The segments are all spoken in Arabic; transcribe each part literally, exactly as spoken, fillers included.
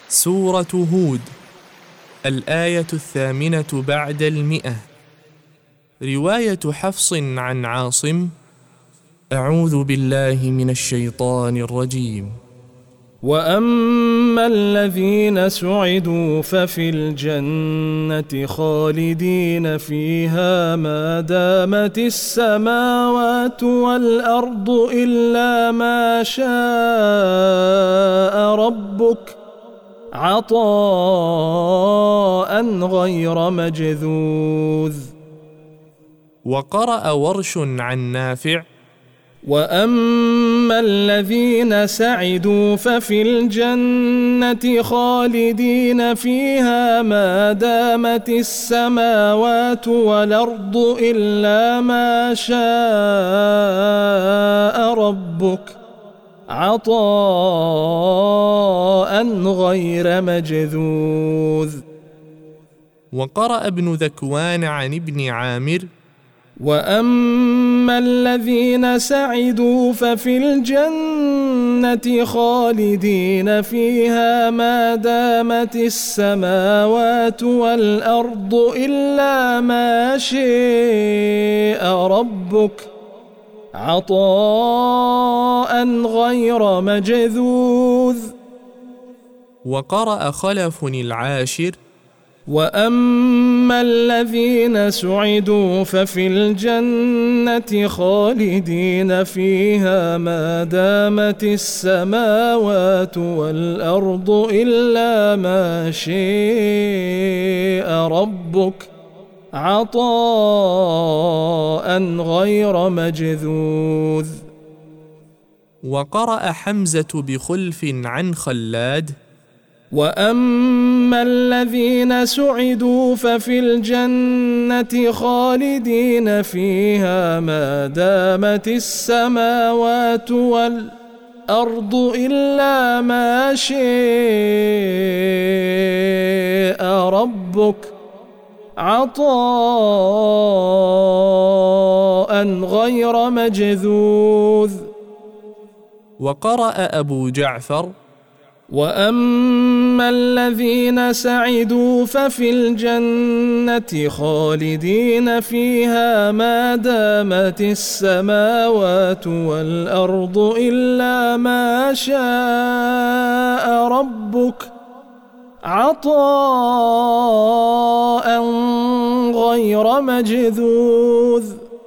سورة هود، الآية الثامنة بعد المئة. رواية حفص عن عاصم: أعوذ بالله من الشيطان الرجيم. وأما الذين سعدوا ففي الجنة خالدين فيها ما دامت السماوات والأرض إلا ما شاء ربك عطاء غير مجذوذ. وقرأ ورش عن نافع: وأما الذين سعدوا ففي الجنة خالدين فيها ما دامت السماوات والأرض إلا ما شاء ربك عطاء غير مجذوذ. وقرأ ابن ذكوان عن ابن عامر: وأما الذين سعدوا ففي الجنة خالدين فيها ما دامت السماوات والأرض إلا ما شاء ربك عطاء غير مجذوذ. وقرأ خلف العاشر: وأما الذين سعدوا ففي الجنة خالدين فيها ما دامت السماوات والأرض إلا ما شاء ربك عطاء غير مجذوذ. وقرأ حمزة بخلف عن خلاد: وأما الذين سعدوا ففي الجنة خالدين فيها ما دامت السماوات والأرض إلا ما شاء ربك عطاء غير مجذوذ. وقرأ أبو جعفر: وأما الذين سعدوا ففي الجنة خالدين فيها ما دامت السماوات والأرض إلا ما شاء ربك عطاء غير مجذوذ.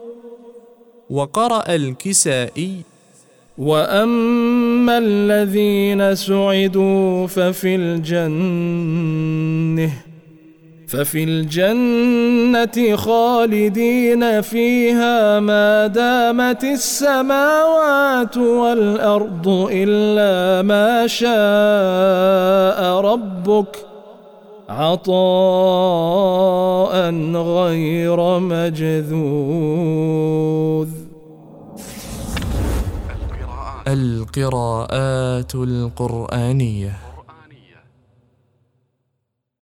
وقرأ الكسائي: وأما الذين سعدوا ففي الجنة ففي الجنة خالدين فيها ما دامت السماوات والأرض إلا ما شاء ربك عطاء غير مجذوذ. القراءات القرآنية.